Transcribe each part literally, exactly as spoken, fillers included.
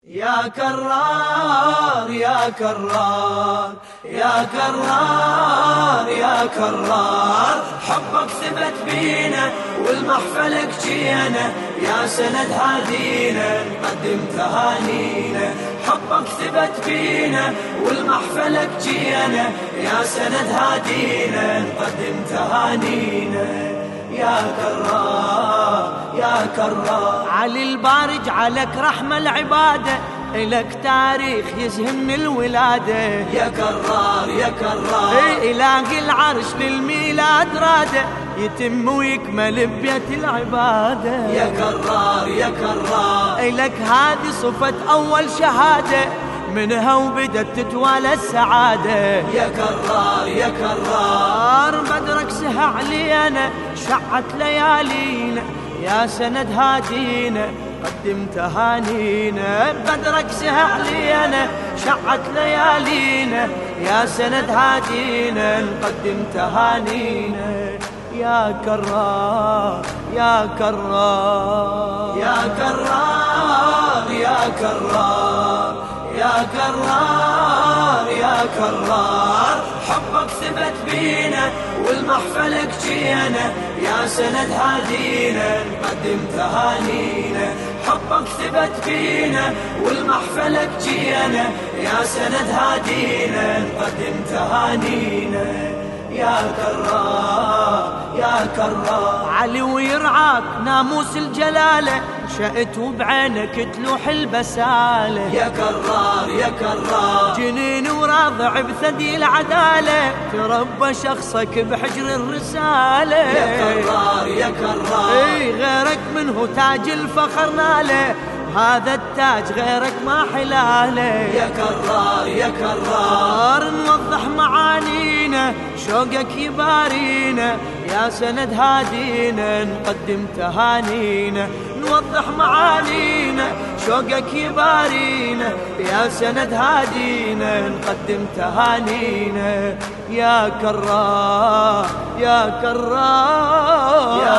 يا كرار يا كرار يا كرار يا كرار، حبك ثبت بينا والمحفلك جينا، يا سند هادينا نقدم تهانينا. حبك ثبت بينا والمحفلك جينا، يا سند هادينا نقدم تهانينا. يا كرار يا كرار، علي البارج عليك رحمة العبادة، إلك تاريخ يزهن الولادة. يا كرار يا كرار، إله العرش للميلاد راده، يتم ويكمل ببيت العبادة. يا كرار يا كرار، إلك هذه صفة أول شهادة، منها وبدت تتوالى السعادة. يا كرار يا كرار، بدرك سهى علينا شعت ليالينا، يا سند هادينا قدم تهانينا. بدرك سهى علينا شعت ليالينا، يا سند هادينا نقدم تهانينا. يا كرار يا كرار يا كرار يا كرار يا كرار يا كرار، حبك ثبت بينا والمحفلك جينا، يا سند هادينا نقدم تهانينا. حبك ثبت بينا والمحفلك جينا، يا سند هادينا نقدم تهانينا. يا كرار يا كرار، علي ويرعاك ناموس الجلالة، شأت وبعينك تلوح البسالة. يا كرار يا كرار، جنين وراضع بثدي العدالة، تربى شخصك بحجر الرسالة. يا كرار يا كرار، اي غيرك منه تاج الفخر ناله، هذا التاج غيرك ما حلاله. يا كرار يا كرار، نوضح معانينا شوقك يبارينا، يا سند هادينا نقدم تهانينا. نوضح معانينا شوقك يبارينا، يا سند هادينا نقدم تهانينا. يا كرار يا كرار يا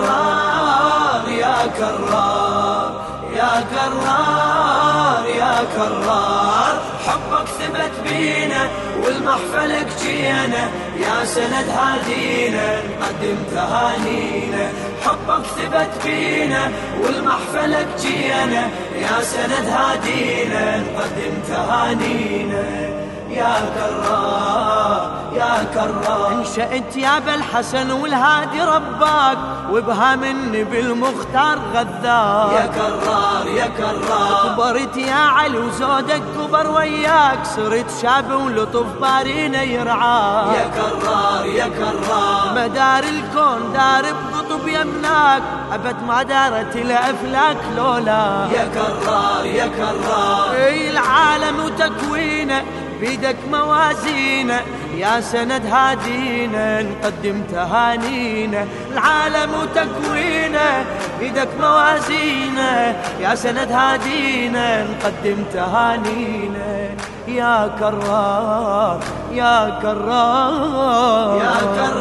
كرار يا كرار يا كرار يا كرار، حبك ثبت بينا والمحفلك جينا، يا سند هادينا نقدم تهانينا. حبك ثبت بينا والمحفلك جينا، يا سند هادينا نقدم تهانينا. يا كرار يا كرار، انشأت يا بالحسن والهادي رباك، وبها مني بالمختار غذاك. يا كرار يا كرار، كبرت يا علي وزودك كبر وياك، صرت شاب ولطف بارينا يرعاك. يا كرار يا كرار، مدار الكون دار بقطب يمناك، أبد ما دارت الأفلاك لولا. يا كرار يا كرار، اي العالم وتكوينه بيدك موازينه، يا سند هادينا نقدم تهانينا. العالم وتكوينه بيدك موازينه، يا سند هادينا نقدم تهانينا. يا كرار يا كرار يا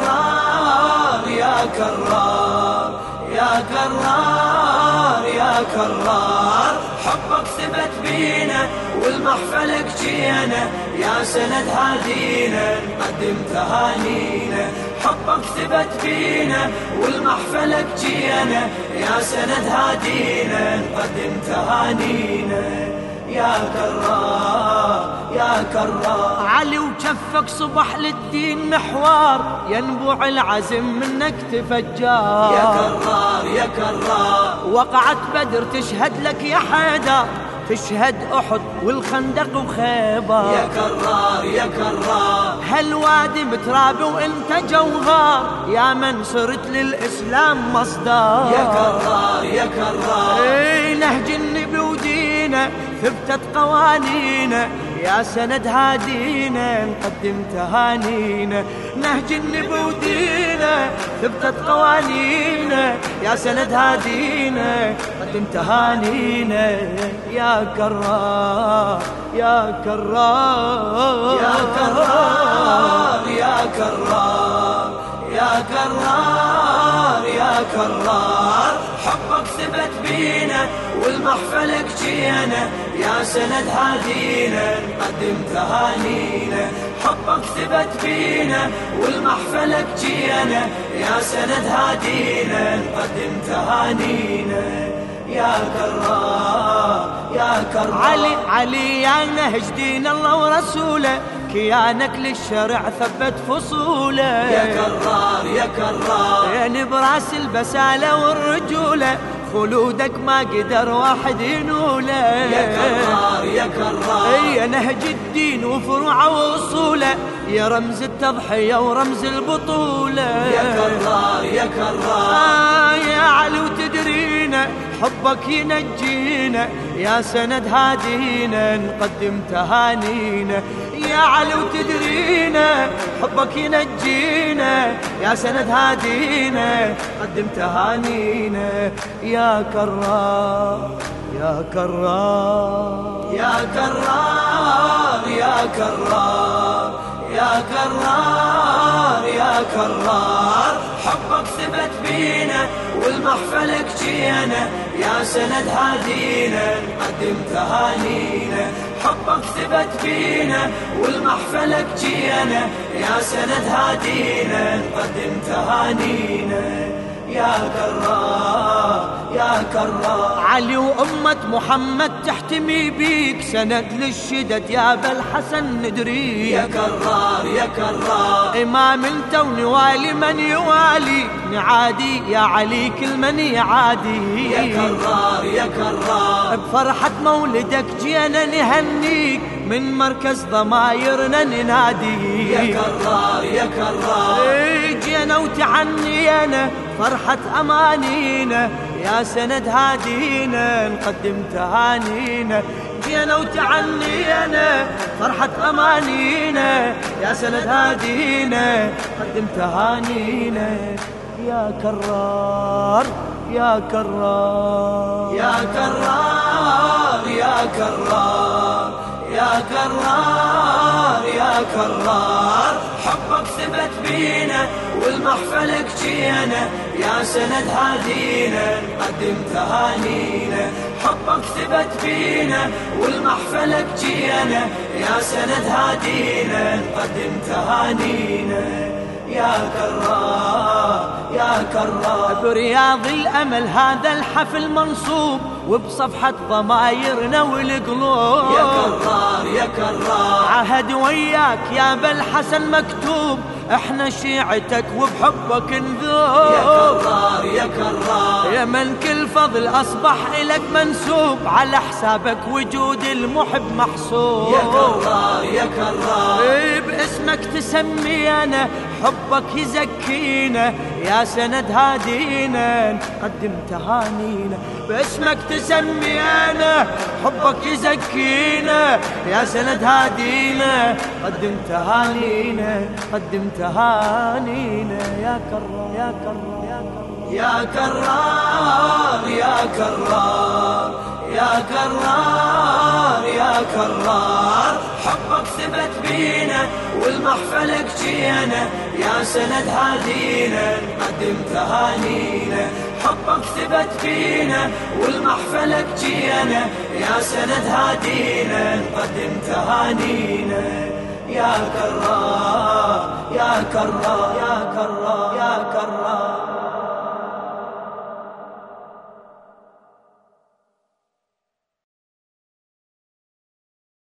كرار يا كرار يا كرار يا كرار، حبك ثبت بينا والمحفلك جينا، يا سند هادينا نقدم تهانينا. حبك ثبت بينا والمحفلك جينا، يا سند هادينا نقدم تهانينا. يا كرار يا كرار، علي وجفك صبح للدين محوار، ينبوع العزم منك تفجار. يا كرار يا كرار، وقعت بدر تشهد لك يا حيدر، تشهد أحد والخندق وخيبر. يا كرار يا كرار، هالوادي مترابي وانت جوهر، يا من صرت للإسلام مصدر. يا كرار يا كرار، اي نهج النبي ودينا ثبتت قوانينا، يا سند هادينا نقدم تهانينا. نهج النبي ودينا ثبتت قوانينا، يا سند هادينا نقدم تهانينا. يا كرار يا كرار يا كرار يا كرار يا كرار يا كرار، حبك ثبت بينا والمحفلك جينا يا سند هادينا نقدم تهانينا حبك ثبت بينا والمحفلك جينا يا سند هادينا نقدم تهانينا يا كرار يا كرار علي علي يا نهج دين الله ورسوله كيانك للشرع ثبت فصوله يا كرار يا كرار يا نبراس البسالة والرجولة خلودك ما قدر واحد ينوله يا كرار يا كرار يا نهج الدين وفروعه وصوله يا رمز التضحية ورمز البطولة يا كرار يا كرار آه يا علي وتدرينا حبك ينجينا يا سند هادينا نقدم تهانينا يا علي وتدرينا حبك ينجينا يا سند هادينا قدم تهانينا يا كرار يا كرار يا كرار يا كرار يا كرار يا كرار حبك ثبت بينا والمحفلك جينا يا سند هادينا نقدم تهانينا حبك ثبت بينا والمحفلك جينا يا سند هادينا نقدم تهانينا يا كرار يا كرار علي وأمة محمد تحتمي بيك سند للشدد يا بالحسن ندري يا كرار يا كرار إمام انت ونوالي من يوالي نعادي يا علي كل من يعادي يا كرار يا كرار بفرحة مولدك جينا نهنيك من مركز ضمايرنا ننادي يا كرار يا كرار جينا وتعنينا فرحة أمانينا يا سند هادينا نقدم تهانينا جينا وتعنينا فرحة أمانينا يا سند هادينا قدم تهانينا يا كرار يا كرار يا كرار يا كرار يا كرار يا كرار حبك ثبت بينا والمحفلك جينا يا سند هادينا نقدم تهانينا حبك ثبت بينا والمحفلك جينا يا سند هادينا نقدم تهانينا يا كرار يا كرار برياض الأمل هذا الحفل منصوب وبصفحة ضمايرنا والقلوب يا كرار يا كرار عهد وياك يا بالحسن مكتوب احنا شيعتك وبحبك نذوب يا كرار يا كرار يا من كل فضل أصبح إلك منسوب على حسابك وجود المحب محسوب يا كرار يا كرار باسمك تسمينا حبك يزكينا يا سند هادينا نقدم تهانينا باسمك تسمينا حبك يزكينا يا سند هادينا قدم تهانينا قدم تهانينا يا كرار يا كرار يا كرار يا كرار يا كرار يا كرار يا كرار حبك ثبت بينا والمحفلك جينا يا سند هادينا نقدم تهانينا حبك ثبت بينا والمحفلك جينا يا سند هادينا نقدم تهانينا يا كرار يا كرار يا كرار يا كرار